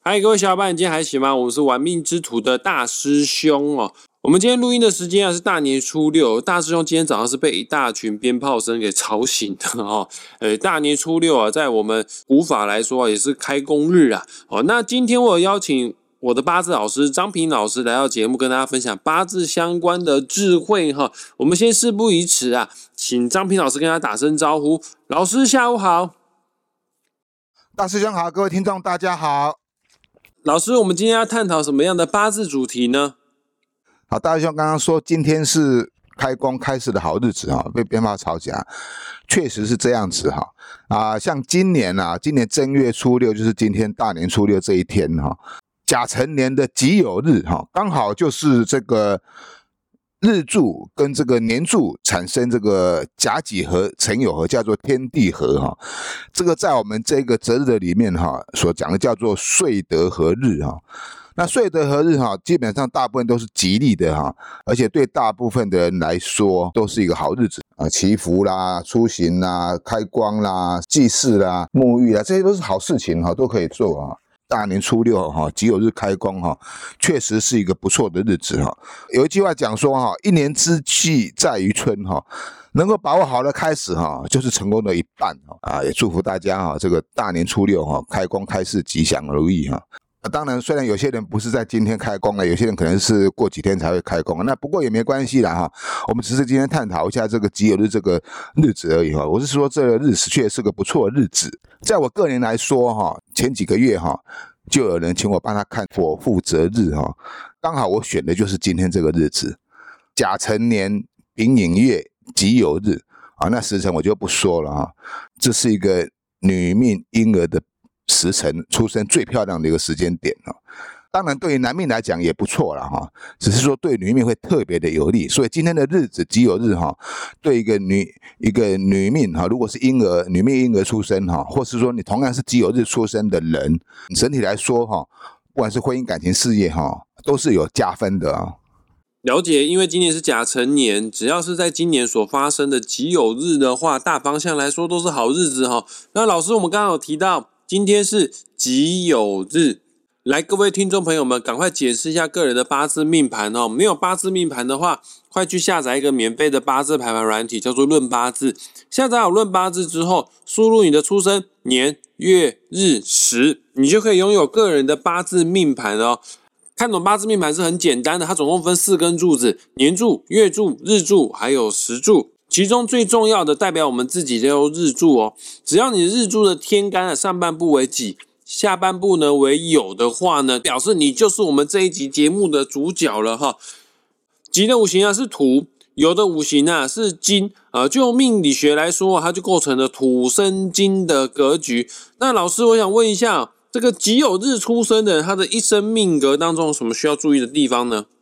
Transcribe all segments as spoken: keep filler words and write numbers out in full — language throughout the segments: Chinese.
嗨，各位小伙伴，你今天还行吗？我是玩命之徒的大师兄哦。我们今天录音的时间啊是大年初六，大师兄今天早上是被一大群鞭炮声给吵醒的哦。呃，大年初六啊，在我们古法来说啊，也是开工日啊。哦，那今天我有邀请我的八字老师张平老师来到节目，跟大家分享八字相关的智慧哈。我们先事不宜迟啊，请张平老师跟他打声招呼。老师下午好。 大师兄好，各位听众大家好。 老师，我们今天要探讨什么样的八字主题呢？ 好，大师兄刚刚说今天是开工开市的好日子哈，被鞭炮吵起来，确实是这样子哈。啊，像今年啊，今年正月初六就是今天大年初六这一天哈，甲辰年的己酉日哈，刚好就是这个日柱跟这个年柱产生这个甲己合、辰酉合，叫做天地合哈。这个在我们这个择日的里面哈，所讲的叫做岁德合日哈。那岁德合日哈，基本上大部分都是吉利的哈，而且对大部分的人来说都是一个好日子啊，祈福啦、出行啦、开光啦、祭祀啦、沐浴啦，这些都是好事情哈，都可以做啊。大年初六哈，己酉日开工哈，确实是一个不错的日子哈。有一句话讲说哈，一年之计在于春哈，能够把握好的开始哈，就是成功的一半啊。也祝福大家哈，这个大年初六哈，开工开市吉祥如意哈。当然，虽然有些人不是在今天开工了，有些人可能是过几天才会开工，那不过也没关系啦哈。我们只是今天探讨一下这个己酉日这个日子而已哈。我是说，这个日子确实是个不错的日子。在我个人来说哈，前几个月哈，就有人请我帮他看火负责日哈，刚好我选的就是今天这个日子，甲辰年丙寅月己酉日啊。那时辰我就不说了哈，这是一个女命婴儿的时辰出生最漂亮的一个时间点哈。当然对于男命来讲也不错啦哈，只是说对女命会特别的有利，所以今天的日子己酉日哈，对一个女一个女命哈，如果是婴儿女命婴儿出生哈，或是说你同样是己酉日出生的人，整体来说哈，不管是婚姻感情事业哈，都是有加分的啊。 了解，因为今年是甲辰年，只要是在今年所发生的己酉日的话，大方向来说都是好日子哈。那老师，我们刚刚有提到今天是己酉日，来，各位听众朋友们，赶快检视一下个人的八字命盘哦。没有八字命盘的话，快去下载一个免费的八字排盘软体，叫做论八字。下载好论八字之后，输入你的出生年月日时，你就可以拥有个人的八字命盘哦。看懂八字命盘是很简单的，它总共分四根柱子：年柱、月柱、日柱，还有时柱。其中最重要的代表我们自己就日柱哦。只要你日柱的天干的上半部为己，下半部呢为酉的话呢，表示你就是我们这一集节目的主角了哈。己的五行啊是土，酉的五行啊是金，呃，就命理学来说，它就构成了土生金的格局。那老师，我想问一下，这个己酉日出生的人，他的一生命格当中有什么需要注意的地方呢？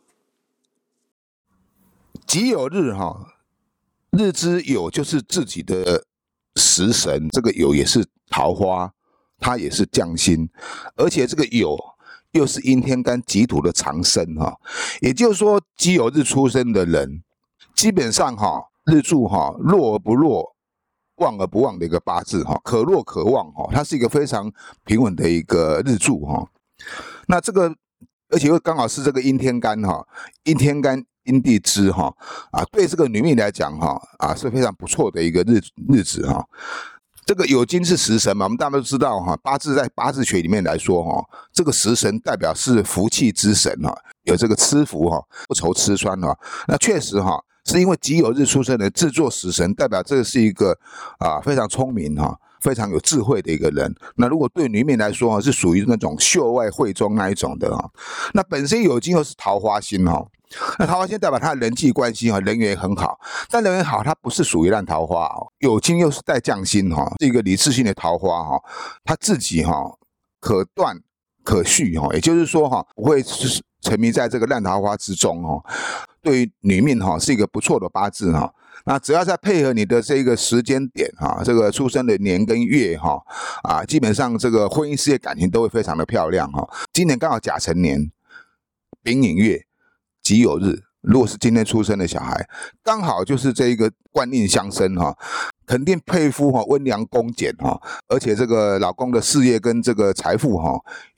己酉日哈，日之酉就是自己的食神，这个酉也是桃花，它也是将星，而且这个酉又是阴天干己土的长生哈，也就是说己酉日出生的人，基本上哈日柱哈弱而不弱，旺而不旺的一个八字哈，可弱可旺哈，它是一个非常平稳的一个日柱哈。那这个而且又刚好是这个阴天干哈，阴天干阴地支哈啊，对这个女命来讲哈啊是非常不错的一个日日子哈。这个酉金是食神嘛，我们大家都知道哈，八字在八字学里面来说哈，这个食神代表是福气之神哈，有这个吃福哈，不愁吃穿哈。那确实哈，是因为己酉日出生的制作食神，代表这个是一个啊非常聪明哈，非常有智慧的一个人。那如果对女命来说是属于那种秀外慧中那一种的哈。那本身酉金又是桃花星哈。那桃花星代表他的人际关系人缘很好，但人缘好他不是属于烂桃花哦，酉金又是带将星是一个理智性的桃花，他自己可断可续，也就是说不会沉迷在这个烂桃花之中。对于女命是一个不错的八字，那只要再配合你的这个时间点这个出生的年跟月啊，基本上这个婚姻事业感情都会非常的漂亮。今年刚好甲辰年丙寅月己酉日，如果是今天出生的小孩，刚好就是这一个官印相生哈，肯定配夫哈温良恭俭哈，而且这个老公的事业跟这个财富哈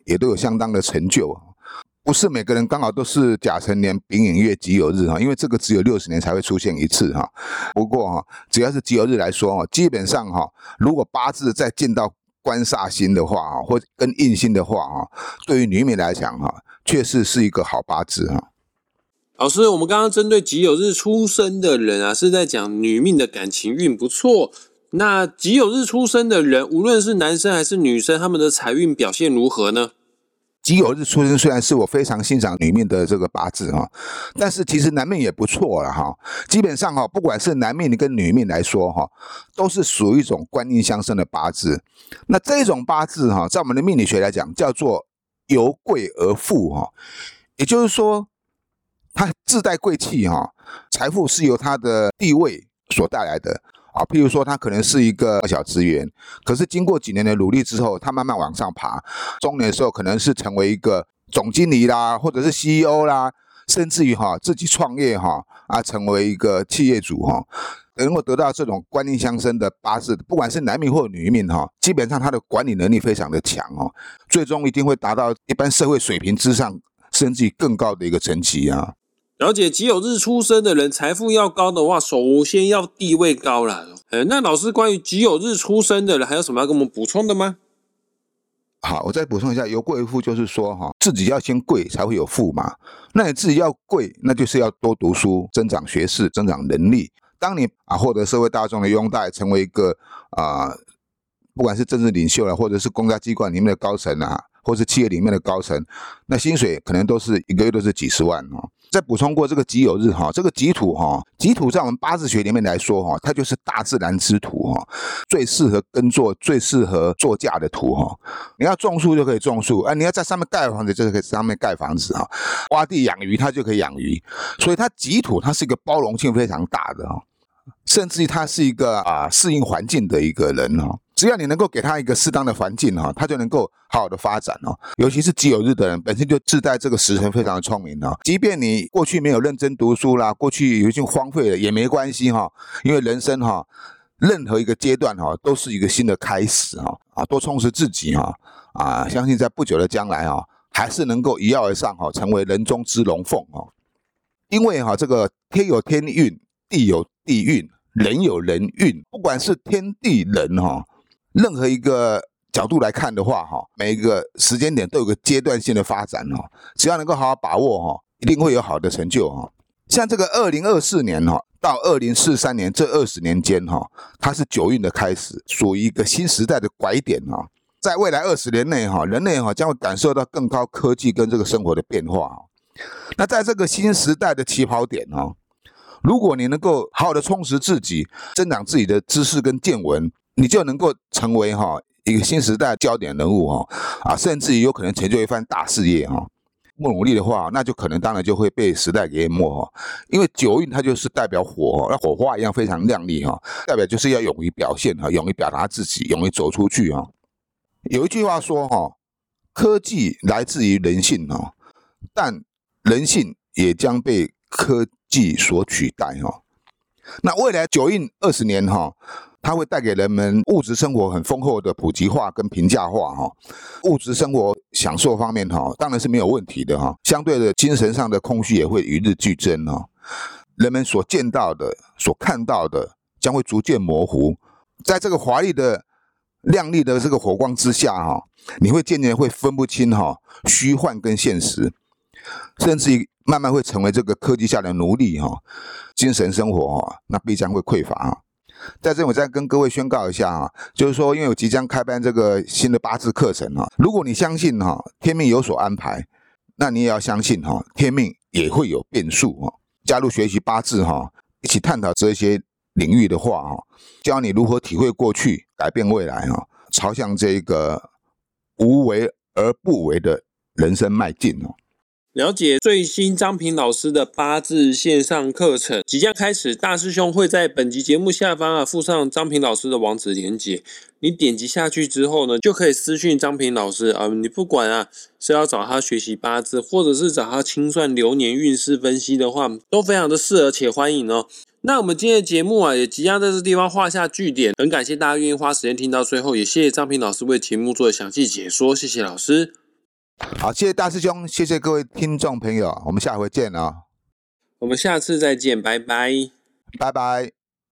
也都有相当的成就。不是每个人刚好都是甲辰年丙寅月己酉日，因为这个只有六十年才会出现一次。不过只要是己酉日来说，基本上如果八字再进到官煞星的话，或跟印星的话，对于女命来讲确实是一个好八字。 老师，我们刚刚针对己酉日出生的人啊，是在讲女命的感情运不错。那己酉日出生的人，无论是男生还是女生，他们的财运表现如何呢？ 己酉日出生虽然是我非常欣赏女命的这个八字，但是其实男命也不错了。基本上不管是男命跟女命来说，都是属于一种官印相生的八字。那这种八字在我们的命理学来讲叫做由贵而富，也就是说它自带贵气，财富是由它的地位所带来的。啊，譬如说他可能是一个小职员，可是经过几年的努力之后，他慢慢往上爬，中年的时候可能是成为一个总经理啦，或者是 C E O 啦，甚至于哈自己创业哈啊，成为一个企业主哈，能够得到这种官印相生的八字，不管是男命或女命哈，基本上他的管理能力非常的强哦，最终一定会达到一般社会水平之上，甚至于更高的一个层级啊。 了解，己酉日出生的人财富要高的话，首先要地位高啦。呃，那老师关于己酉日出生的人还有什么要跟我们补充的吗？ 好，我再补充一下，由贵而富就是说哈，自己要先贵才会有富嘛。那你自己要贵，那就是要多读书，增长学识，增长能力。当你啊获得社会大众的拥戴，成为一个啊、呃，不管是政治领袖啦，或者是公家机关里面的高层啊，或是企业里面的高层，那薪水可能都是一个月都是几十万哦。再补充过这个己酉日哈，这个己土哈，己土在我们八字学里面来说哈，它就是大自然之土哈，最适合耕作、最适合作价的土哈。你要种树就可以种树，啊，你要在上面盖房子就可以在上面盖房子哈，挖地养鱼它就可以养鱼，所以它己土它是一个包容性非常大的哈，甚至于它是一个啊适应环境的一个人哈。只要你能够给他一个适当的环境哈，他就能够好好的发展哦。尤其是己酉日的人本身就自带这个时辰非常的聪明哦，即便你过去没有认真读书啦，过去有一些荒废了也没关系哈，因为人生哈任何一个阶段哈都是一个新的开始哈啊，多充实自己哈啊，相信在不久的将来哈还是能够一跃而上哈，成为人中之龙凤哦。因为哈这个天有天运，地有地运，人有人运，不管是天地人哈。任何一个角度来看的话，每一个时间点都有个阶段性的发展，只要能够好好把握，一定会有好的成就。像这个二零二四年到二零四三年这二十年间，它是九运的开始，属于一个新时代的拐点。在未来二十年内，人类将会感受到更高科技跟这个生活的变化。那在这个新时代的起跑点，如果你能够好好的充实自己，增长自己的知识跟见闻，你就能够成为哈一个新时代焦点人物哈啊，甚至于有可能成就一番大事业哈。不努力的话，那就可能当然就会被时代给淹没哈。因为九运它就是代表火，那火花一样非常亮丽哈，代表就是要勇于表现哈，勇于表达自己，勇于走出去哈。有一句话说哈，科技来自于人性哈，但人性也将被科技所取代哈。那未来九运二十年哈。它会带给人们物质生活很丰厚的普及化跟平价化哈，物质生活享受方面哈，当然是没有问题的哈。相对的，精神上的空虚也会与日俱增哈。人们所见到的、所看到的将会逐渐模糊，在这个华丽的、亮丽的这个火光之下哈，你会渐渐会分不清哈虚幻跟现实，甚至于慢慢会成为这个科技下的奴隶哈。精神生活哈，那必将会匮乏哈。在这里我再跟各位宣告一下啊，就是说因为我即将开办这个新的八字课程啊，如果你相信哈天命有所安排，那你也要相信哈天命也会有变数哈。加入学习八字哈，一起探讨这些领域的话哈，教你如何体会过去，改变未来哈，朝向这个无为而不为的人生迈进哦。 了解最新张平老师的八字线上课程即将开始，大师兄会在本集节目下方啊附上张平老师的网址连结，你点击下去之后呢，就可以私讯张平老师啊，你不管啊是要找他学习八字，或者是找他清算流年运势分析的话，都非常的适合且欢迎哦。那我们今天的节目啊，也即将在这地方画下句点，很感谢大家愿意花时间听到最后，也谢谢张平老师为节目做的详细解说，谢谢老师。 好，谢谢大师兄，谢谢各位听众朋友，我们下回见啊、哦， 我们下次再见，拜拜。 拜拜。